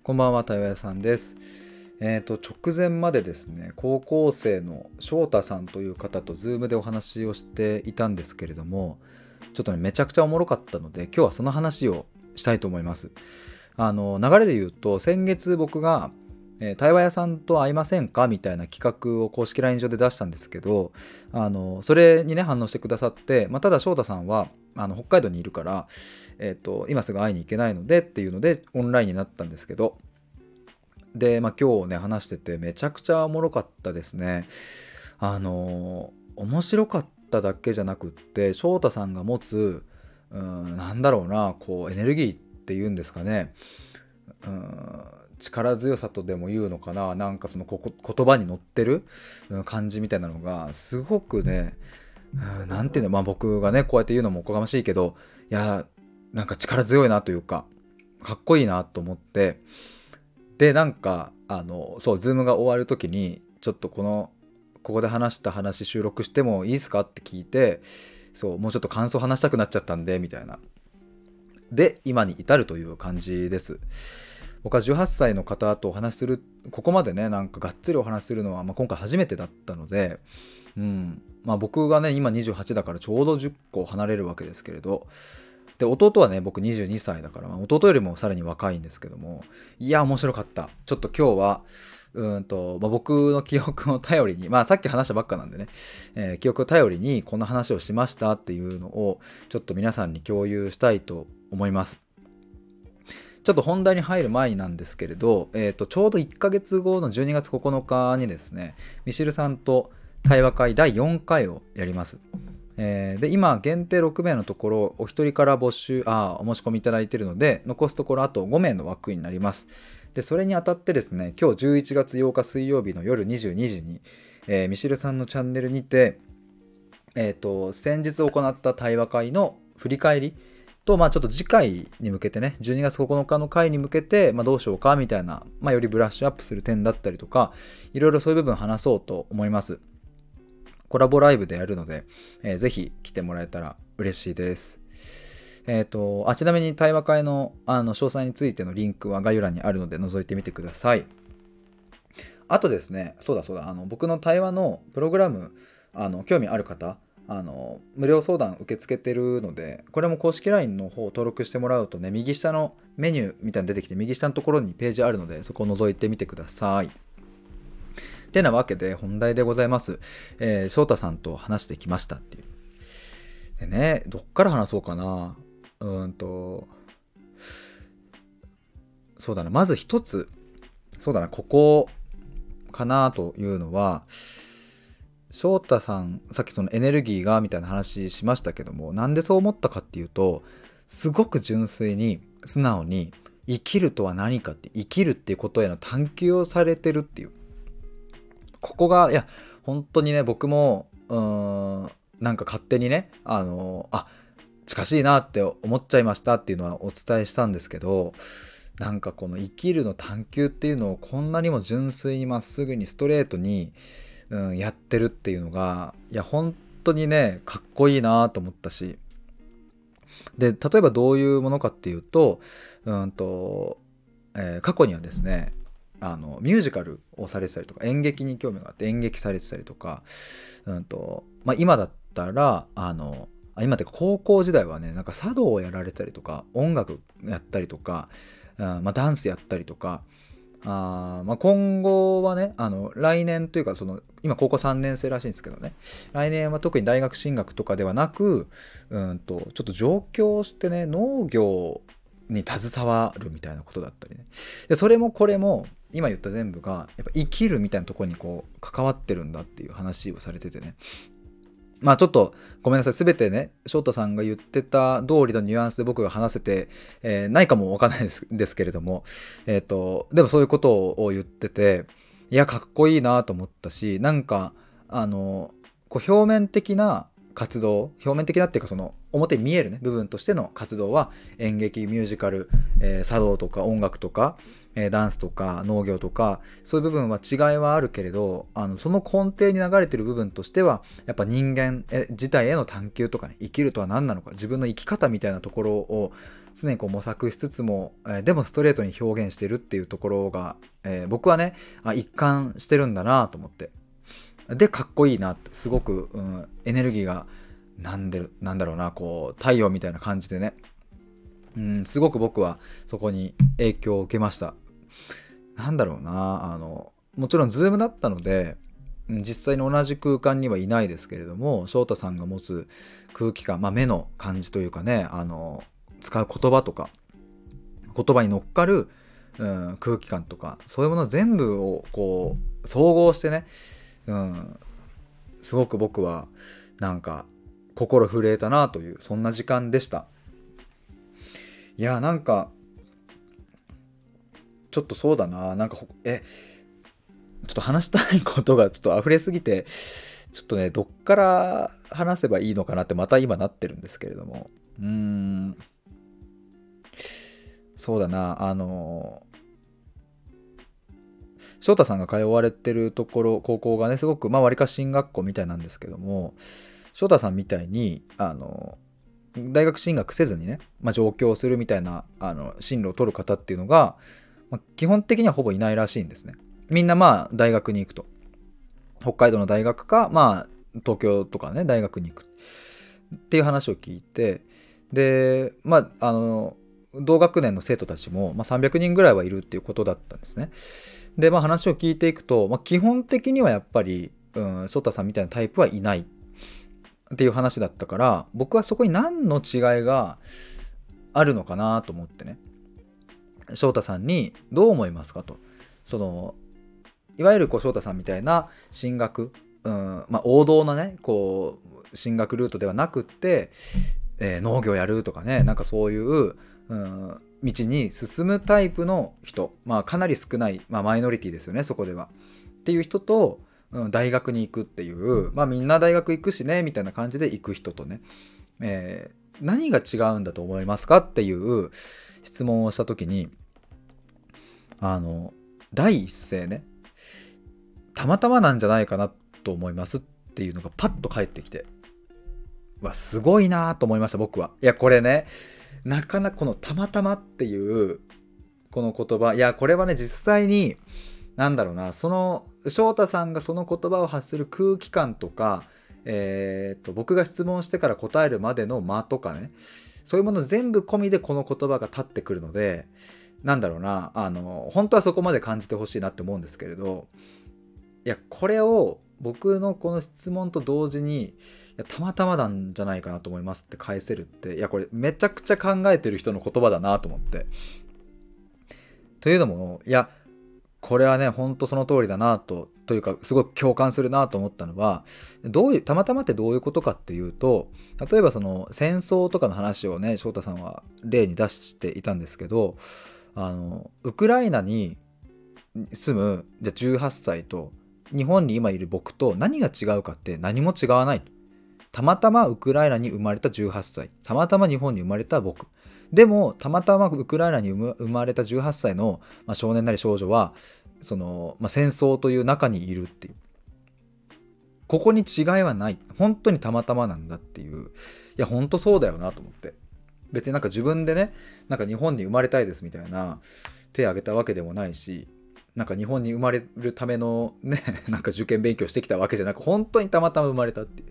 こんばんは、対話屋さんです。直前までですね、高校生の翔太さんという方と Zoom でお話をしていたんですけれども、ちょっとね、めちゃくちゃおもろかったので、今日はその話をしたいと思います。流れで言うと、先月僕が、対話屋さんと会いませんかみたいな企画を公式 LINE 上で出したんですけど、それにね、反応してくださって、ただ翔太さんは、北海道にいるから、今すぐ会いに行けないのでっていうのでオンラインになったんですけど、で、今日ね話しててめちゃくちゃおもろかったですね。面白かっただけじゃなくって翔太さんが持つなんだろうな、こうエネルギーっていうんですかね、力強さとでも言うのかな、なんかその言葉に乗ってる感じみたいなのがすごくね、なんていうの、僕がねこうやって言うのもおこがましいけど、いやなんか力強いなというかかっこいいなと思って、でなんかそうズームが終わる時にちょっとここで話した話収録してもいいですかって聞いて、そうもうちょっと感想話したくなっちゃったんでみたいな、で今に至るという感じです。僕は18歳の方とお話しする、ここまでねなんかがっつりお話しするのは、今回初めてだったので、僕がね今28だからちょうど10個離れるわけですけれど、で弟はね僕22歳だから、弟よりもさらに若いんですけども、いや面白かった。ちょっと今日は僕の記憶を頼りに、さっき話したばっかなんでね、記憶を頼りにこんな話をしましたっていうのをちょっと皆さんに共有したいと思います。ちょっと本題に入る前になんですけれど、ちょうど1ヶ月後の12月9日にですね、ミシルさんと対話会第4回をやります。で今限定6名のところお一人からお申し込みいただいているので、残すところあと5名の枠になります。でそれにあたってですね、今日11月8日水曜日の夜22時に、ミシルさんのチャンネルにて、先日行った対話会の振り返りと、ちょっと次回に向けてね、12月9日の回に向けて、どうしようかみたいな、よりブラッシュアップする点だったりとか、いろいろそういう部分話そうと思います。コラボライブでやるので、ぜひ来てもらえたら嬉しいです。ちなみに対話会の、詳細についてのリンクは概要欄にあるので覗いてみてください。あとですね、そうだ僕の対話のプログラム興味ある方、無料相談受け付けてるので、これも公式 LINE の方を登録してもらうとね、右下のメニューみたいに出てきて、右下のところにページあるので、そこを覗いてみてください。ってなわけで本題でございます。翔太さんと話してきましたっていう。でね、どっから話そうかな。そうだな、まず一つ、そうだな、ここかなというのは、翔太さんさっきそのエネルギーがみたいな話しましたけども、なんでそう思ったかっていうと、すごく純粋に素直に生きるとは何かって、生きるっていうことへの探求をされてるっていう、ここが、いや本当にね、僕もなんか勝手にね近しいなって思っちゃいましたっていうのはお伝えしたんですけど、なんかこの生きるの探求っていうのをこんなにも純粋にまっすぐにストレートに、やってるっていうのが、いや本当にねかっこいいなと思ったし、で例えばどういうものかっていうと、過去にはですね、ミュージカルをされてたりとか、演劇に興味があって演劇されてたりとか、今だったら今ってか高校時代はね、なんか茶道をやられたりとか、音楽やったりとか、ダンスやったりとか、今後はね、来年というか、今高校3年生らしいんですけどね、来年は特に大学進学とかではなく、ちょっと上京してね、農業に携わるみたいなことだったりね。でそれもこれも今言った全部がやっぱ生きるみたいなところにこう関わってるんだっていう話をされててね、ちょっとごめんなさい、全てね翔太さんが言ってた通りのニュアンスで僕が話せて、ないかもわかんないですけれども、でもそういうことを言ってて、いやかっこいいなと思ったし、なんかこう表面的な活動、表面的なっていうかその表に見えるね部分としての活動は演劇、ミュージカル、茶道とか音楽とか、ダンスとか農業とか、そういう部分は違いはあるけれど、その根底に流れてる部分としてはやっぱ人間自体への探求とかね、生きるとは何なのか、自分の生き方みたいなところを常にこう模索しつつも、でもストレートに表現してるっていうところが、僕はね一貫してるんだなと思って、でかっこいいなって、すごく、エネルギーがなんだろうな、こう太陽みたいな感じでね、すごく僕はそこに影響を受けました。なんだろうな、もちろんズームだったので実際に同じ空間にはいないですけれども、翔太さんが持つ空気感、目の感じというかね、使う言葉とか言葉に乗っかる、空気感とか、そういうもの全部をこう総合してね、すごく僕はなんか心震えたなという、そんな時間でした。いや、なんかちょっとそうだな、なんかちょっと話したいことがちょっと溢れすぎて、ちょっとねどっから話せばいいのかなってまた今なってるんですけれども、そうだな、翔太さんが通われてるところ、高校がねすごく割かし進学校みたいなんですけども、翔太さんみたいに大学進学せずにね、上京するみたいな進路を取る方っていうのが、基本的にはほぼいないらしいんですね。みんな大学に行くと、北海道の大学か東京とかね大学に行くっていう話を聞いて、で同学年の生徒たちも、300人ぐらいはいるっていうことだったんですね。で話を聞いていくと、基本的にはやっぱり、翔太さんみたいなタイプはいないっていう話だったから、僕はそこに何の違いがあるのかなと思ってね、翔太さんにどう思いますかと。いわゆる翔太さんみたいな進学、王道なねこう進学ルートではなくって、農業やるとかね、なんかそういう、道に進むタイプの人、かなり少ない、マイノリティですよねそこではっていう人と、大学に行くっていう、みんな大学行くしねみたいな感じで行く人とね、何が違うんだと思いますかっていう質問をした時に、第一声ね、たまたまなんじゃないかなと思いますっていうのがパッと返ってきて、すごいなと思いました僕は。いやこれね、なかなかこのたまたまっていうこの言葉、いやこれはね実際になんだろうな、その翔太さんがその言葉を発する空気感とか、僕が質問してから答えるまでの間とかね、そういうもの全部込みでこの言葉が立ってくるので、なんだろうな、本当はそこまで感じてほしいなって思うんですけれど、いやこれを僕のこの質問と同時に、いやたまたまなんじゃないかなと思いますって返せるって、いやこれめちゃくちゃ考えてる人の言葉だなと思って。というのも、いやこれはねほんとその通りだなというか、すごく共感するなと思ったのは、たまたまってどういうことかっていうと、例えばその戦争とかの話をね翔太さんは例に出していたんですけど、ウクライナに住むじゃ18歳と日本に今いる僕と何が違うかって何も違わない。たまたまウクライナに生まれた18歳、たまたま日本に生まれた僕、でもたまたまウクライナに生まれた18歳の、少年なり少女は戦争という中にいるっていう、ここに違いはない、本当にたまたまなんだっていう。いや本当そうだよなと思って。別になんか自分でね、なんか日本に生まれたいですみたいな手を挙げたわけでもないし、なんか日本に生まれるためのねなんか受験勉強してきたわけじゃなく、本当にたまたま生まれたっていう、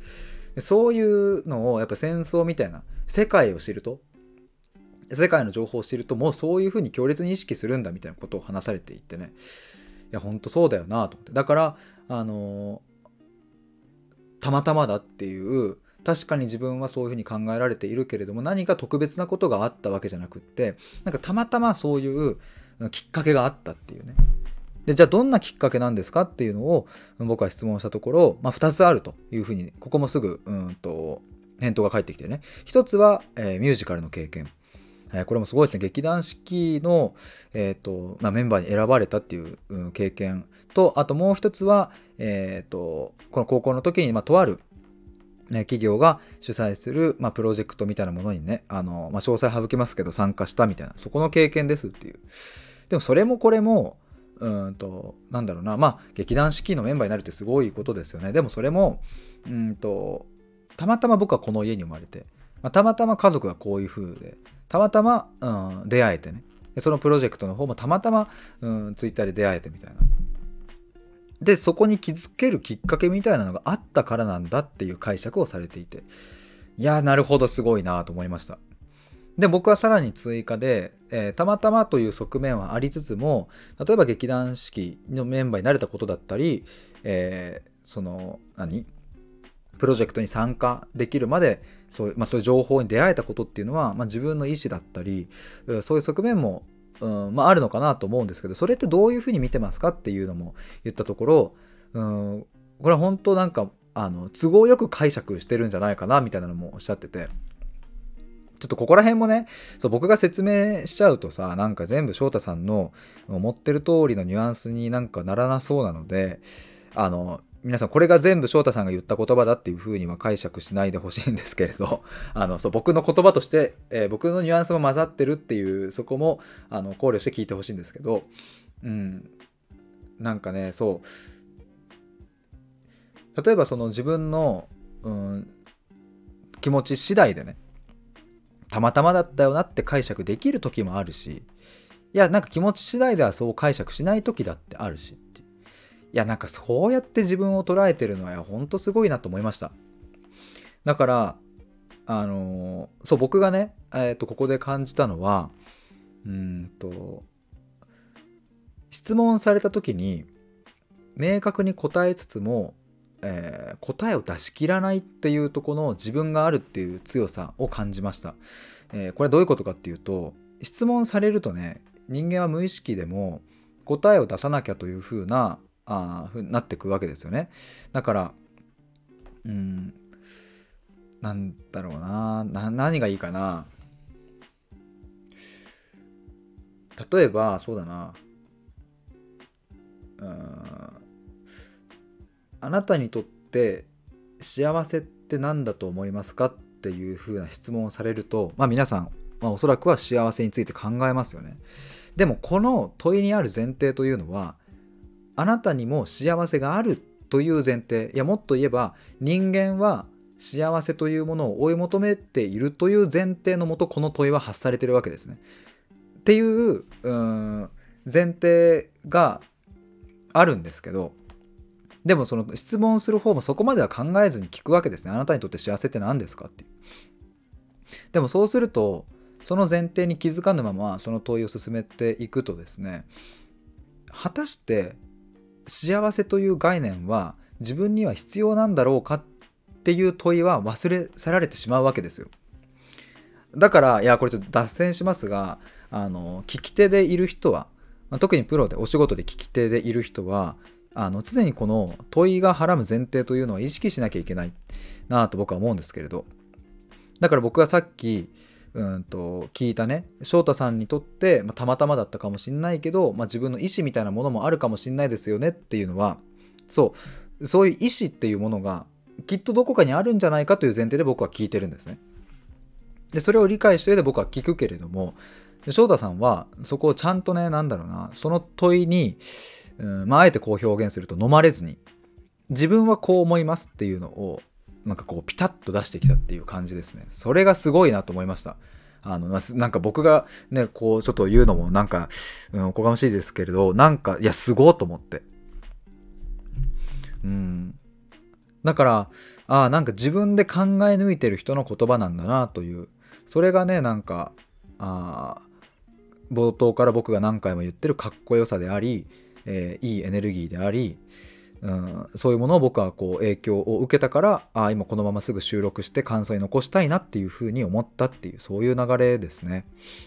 そういうのをやっぱ戦争みたいな世界を知ると、世界の情報を知ると、もうそういう風に強烈に意識するんだみたいなことを話されていてね、いや本当そうだよなと思って。だからたまたまだっていう、確かに自分はそういうふうに考えられているけれども、何か特別なことがあったわけじゃなくって、なんかたまたまそういうきっかけがあったっていうね。でじゃあどんなきっかけなんですかっていうのを僕は質問したところ、2つあるというふうに、ここもすぐ返答が返ってきてね。一つは、ミュージカルの経験。これもすごいですね。劇団四季の、メンバーに選ばれたっていう、経験と、あともう一つは、この高校の時に、とある企業が主催する、プロジェクトみたいなものにね、詳細省きますけど参加したみたいな、そこの経験ですっていう。でもそれもこれもなんだろうな、劇団四季のメンバーになるってすごいことですよね。でもそれもたまたま僕はこの家に生まれて、たまたま家族がこういう風で、たまたま、出会えてね、でそのプロジェクトの方もたまたま、ツイッターで出会えてみたいな。でそこに気づけるきっかけみたいなのがあったからなんだっていう解釈をされていて、いやなるほど、すごいなと思いました。で僕はさらに追加で、たまたまという側面はありつつも、例えば劇団四季のメンバーになれたことだったり、そのプロジェクトに参加できるまでそういう情報に出会えたことっていうのは、自分の意思だったり、そういう側面も、あるのかなと思うんですけど、それってどういうふうに見てますかっていうのも言ったところ、これは本当なんか都合よく解釈してるんじゃないかなみたいなのもおっしゃってて、ちょっとここら辺もね、そう僕が説明しちゃうとさ、なんか全部翔太さんの思ってる通りのニュアンスになんかならなそうなので、皆さんこれが全部翔太さんが言った言葉だっていう風には解釈しないでほしいんですけれど、そう僕の言葉として、僕のニュアンスも混ざってるっていう、そこも考慮して聞いてほしいんですけど、なんかね、そう例えばその自分の、気持ち次第でね、たまたまだったよなって解釈できる時もあるし、いやなんか気持ち次第ではそう解釈しない時だってあるしって、いやなんかそうやって自分を捉えてるのはほんとすごいなと思いました。だからそう僕がね、ここで感じたのは、質問された時に明確に答えつつも、答えを出し切らないっていうところの自分があるっていう強さを感じました。これはどういうことかっていうと、質問されるとね、人間は無意識でも答えを出さなきゃという風なふうになってくわけですよね。だからなんだろうな、何がいいかな。例えばそうだな、あなたにとって幸せって何だと思いますかっていう風な質問をされると、皆さん、おそらくは幸せについて考えますよね。でもこの問いにある前提というのは、あなたにも幸せがあるという前提、いやもっと言えば人間は幸せというものを追い求めているという前提のもと、この問いは発されているわけですね。っていう前提があるんですけど、でもその質問する方もそこまでは考えずに聞くわけですね。あなたにとって幸せって何ですかっていう。でもそうすると、その前提に気づかぬままその問いを進めていくとですね、果たして幸せという概念は自分には必要なんだろうかっていう問いは忘れ去られてしまうわけですよ。だから、いやこれちょっと脱線しますが、聞き手でいる人は、特にプロでお仕事で聞き手でいる人は、常にこの問いがはらむ前提というのは意識しなきゃいけないなと僕は思うんですけれど、だから僕がさっき聞いたね、翔太さんにとって、たまたまだったかもしれないけど、自分の意思みたいなものもあるかもしれないですよねっていうのは、そういう意思っていうものがきっとどこかにあるんじゃないかという前提で僕は聞いてるんですね。でそれを理解した上で僕は聞くけれども、翔太さんはそこをちゃんとね、その問いに、あえてこう表現すると飲まれずに、自分はこう思いますっていうのをなんかこうピタッと出してきたっていう感じですね。それがすごいなと思いました。なんか僕がねこうちょっと言うのもなんか、おこがましいですけれど、なんかいやすごいと思って、だからなんか自分で考え抜いてる人の言葉なんだなという、それがねなんか冒頭から僕が何回も言ってるかっこよさであり、いいエネルギーであり、そういうものを僕はこう影響を受けたから、今このまますぐ収録して感想に残したいなっていうふうに思ったっていう、そういう流れですね。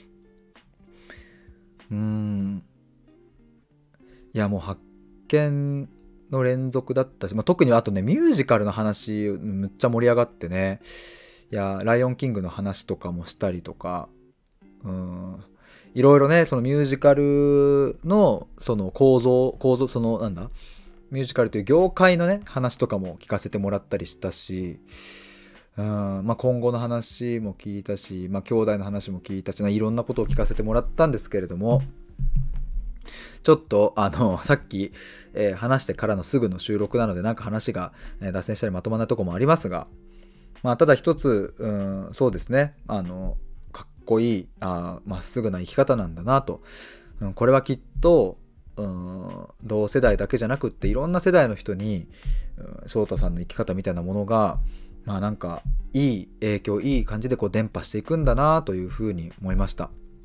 いやもう発見の連続だったし、特にあとねミュージカルの話むっちゃ盛り上がってね、いやライオンキングの話とかもしたりとか、いろいろね、そのミュージカルのその構造、そのミュージカルという業界のね話とかも聞かせてもらったりしたし、 まあ、今後の話も聞いたし、まあ、兄弟の話も聞いたし、いろんなことを聞かせてもらったんですけれども、ちょっとさっき、話してからのすぐの収録なのでなんか話が、脱線したりまとまらないところもありますが、まあ、ただ一つ、そうですね、かっこいいまっすぐな生き方なんだなと、これはきっと、同世代だけじゃなくっていろんな世代の人に、翔太さんの生き方みたいなものがまあなんかいい影響、いい感じでこう伝播していくんだなというふうに思いました。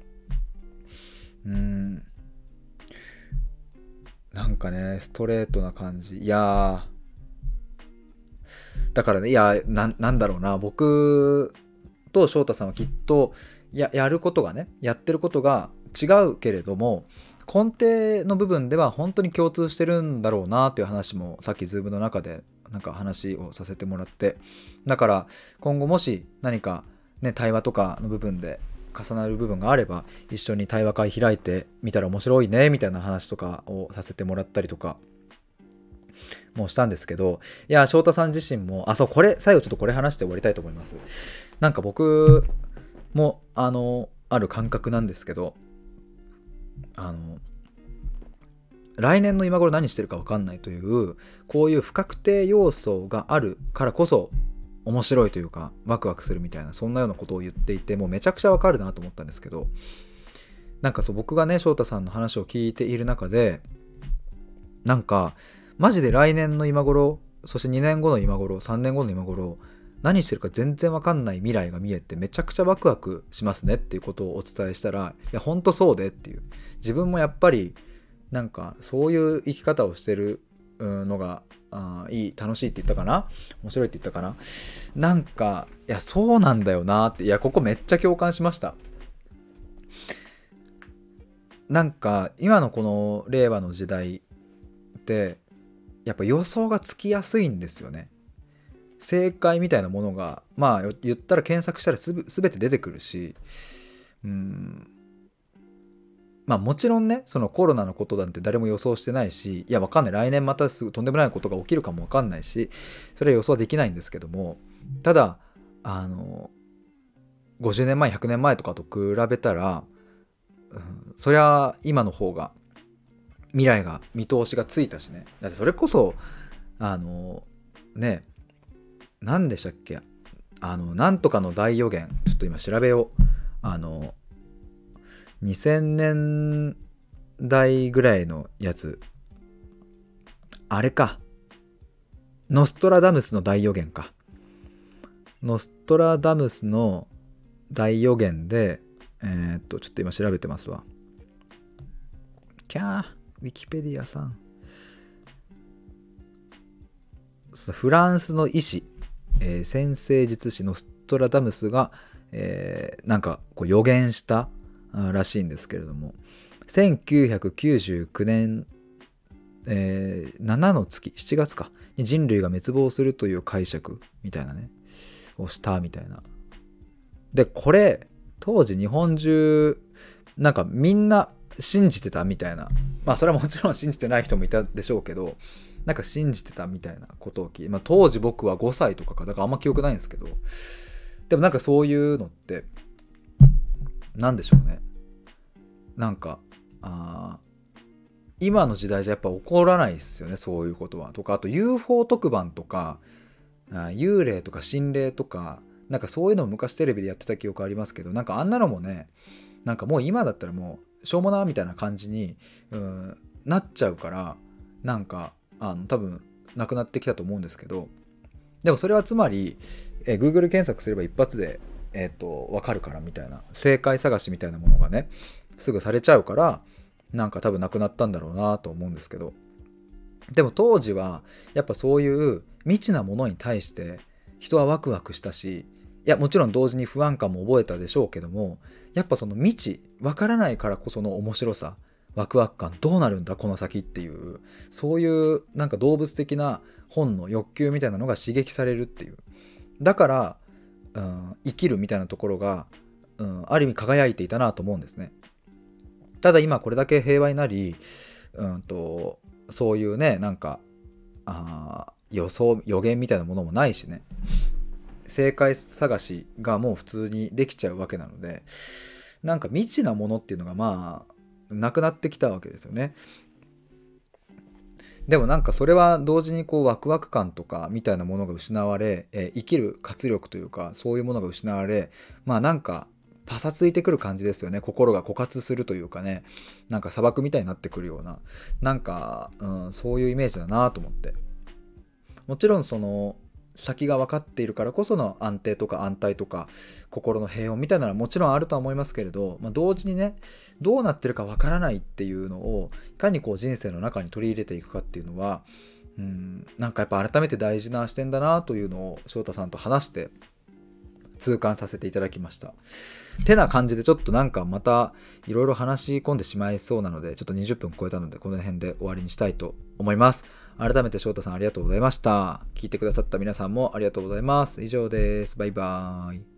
なんかね、ストレートな感じ。いやだからね、なんだろうな、僕と翔太さんはきっとやることがね、やってることが違うけれども、根底の部分では本当に共通してるんだろうなという話もさっきズームの中でなんか話をさせてもらって、だから今後もし何かね、対話とかの部分で重なる部分があれば一緒に対話会開いてみたら面白いねみたいな話とかをさせてもらったりとかもうしたんですけど、いや翔太さん自身もそう、これ最後ちょっとこれ話して終わりたいと思います。なんか僕もある感覚なんですけど、来年の今頃何してるか分かんないという、こういう不確定要素があるからこそ面白いというかワクワクするみたいな、そんなようなことを言っていて、もうめちゃくちゃ分かるなと思ったんですけど、なんか僕がね翔太さんの話を聞いている中で、なんかマジで来年の今頃、そして2年後の今頃、3年後の今頃何してるか全然わかんない未来が見えてめちゃくちゃワクワクしますねっていうことをお伝えしたら、いやほんとそうでっていう、自分もやっぱりなんかそういう生き方をしてるのがいい、楽しいって言ったかな、面白いって言ったかな、なんかいやそうなんだよなって、いやここめっちゃ共感しました。なんか今のこの令和の時代ってやっぱ予想がつきやすいんですよね。正解みたいなものがまあ言ったら検索したら全て出てくるし、まあもちろんね、そのコロナのことなんて誰も予想してないし、いやわかんない、来年またすぐとんでもないことが起きるかもわかんないし、それは予想はできないんですけども、ただ50年前100年前とかと比べたら、そりゃ今の方が未来が見通しがついたしね。だってそれこそね、何でしたっけ、なんとかの大予言、ちょっと今調べよう。2000年代ぐらいのやつ、あれか、ノストラダムスの大予言か。ノストラダムスの大予言でちょっと今調べてますわ。ウィキペディアさん。フランスの医師、占星術師ノストラダムスが、なんかこう予言したらしいんですけれども、1999年、7の月7月かに人類が滅亡するという解釈みたいなねをしたみたいな。でこれ当時日本中なんかみんな信じてたみたいな、まあそれはもちろん信じてない人もいたでしょうけど、なんか信じてたみたいなことを聞いて、当時僕は5歳とかだからあんま記憶ないんですけど、でもなんかそういうのってなんでしょうね、なんか今の時代じゃやっぱ起こらないですよね、そういうことは。とかあと UFO 特番とか幽霊とか心霊とか、なんかそういうのを昔テレビでやってた記憶ありますけど、なんかあんなのもね、なんかもう今だったらもうしょうもなみたいな感じになっちゃうから、なんか多分なくなってきたと思うんですけど、でもそれはつまり、Google 検索すれば一発でわかるからみたいな、正解探しみたいなものがねすぐされちゃうから、なんか多分なくなったんだろうなと思うんですけど、でも当時はやっぱそういう未知なものに対して人はワクワクしたし、いやもちろん同時に不安感も覚えたでしょうけども、やっぱその未知、わからないからこその面白さ、ワクワク感、どうなるんだこの先っていう、そういうなんか動物的な本の欲求みたいなのが刺激されるっていう、だから、生きるみたいなところが、ある意味輝いていたなと思うんですね。ただ今これだけ平和になり、そういうね、なんか予言みたいなものもないしね、 正解探しがもう普通にできちゃうわけなので、なんか未知なものっていうのがまあなくなってきたわけですよね。でもなんかそれは同時にこうワクワク感とかみたいなものが失われ、生きる活力というかそういうものが失われ、まあなんかパサついてくる感じですよね。心が枯渇するというかね、なんか砂漠みたいになってくるような、なんか、そういうイメージだなと思って。もちろんその先が分かっているからこその安定とか安泰とか心の平穏みたいなのはもちろんあるとは思いますけれど、同時にね、どうなってるか分からないっていうのをいかにこう人生の中に取り入れていくかっていうのは、なんかやっぱ改めて大事な視点だなというのを翔太さんと話して痛感させていただきました。てな感じでちょっとなんかまたいろいろ話し込んでしまいそうなので、ちょっと20分超えたのでこの辺で終わりにしたいと思います。改めて翔太さんありがとうございました。聞いてくださった皆さんもありがとうございます。以上です。バイバーイ。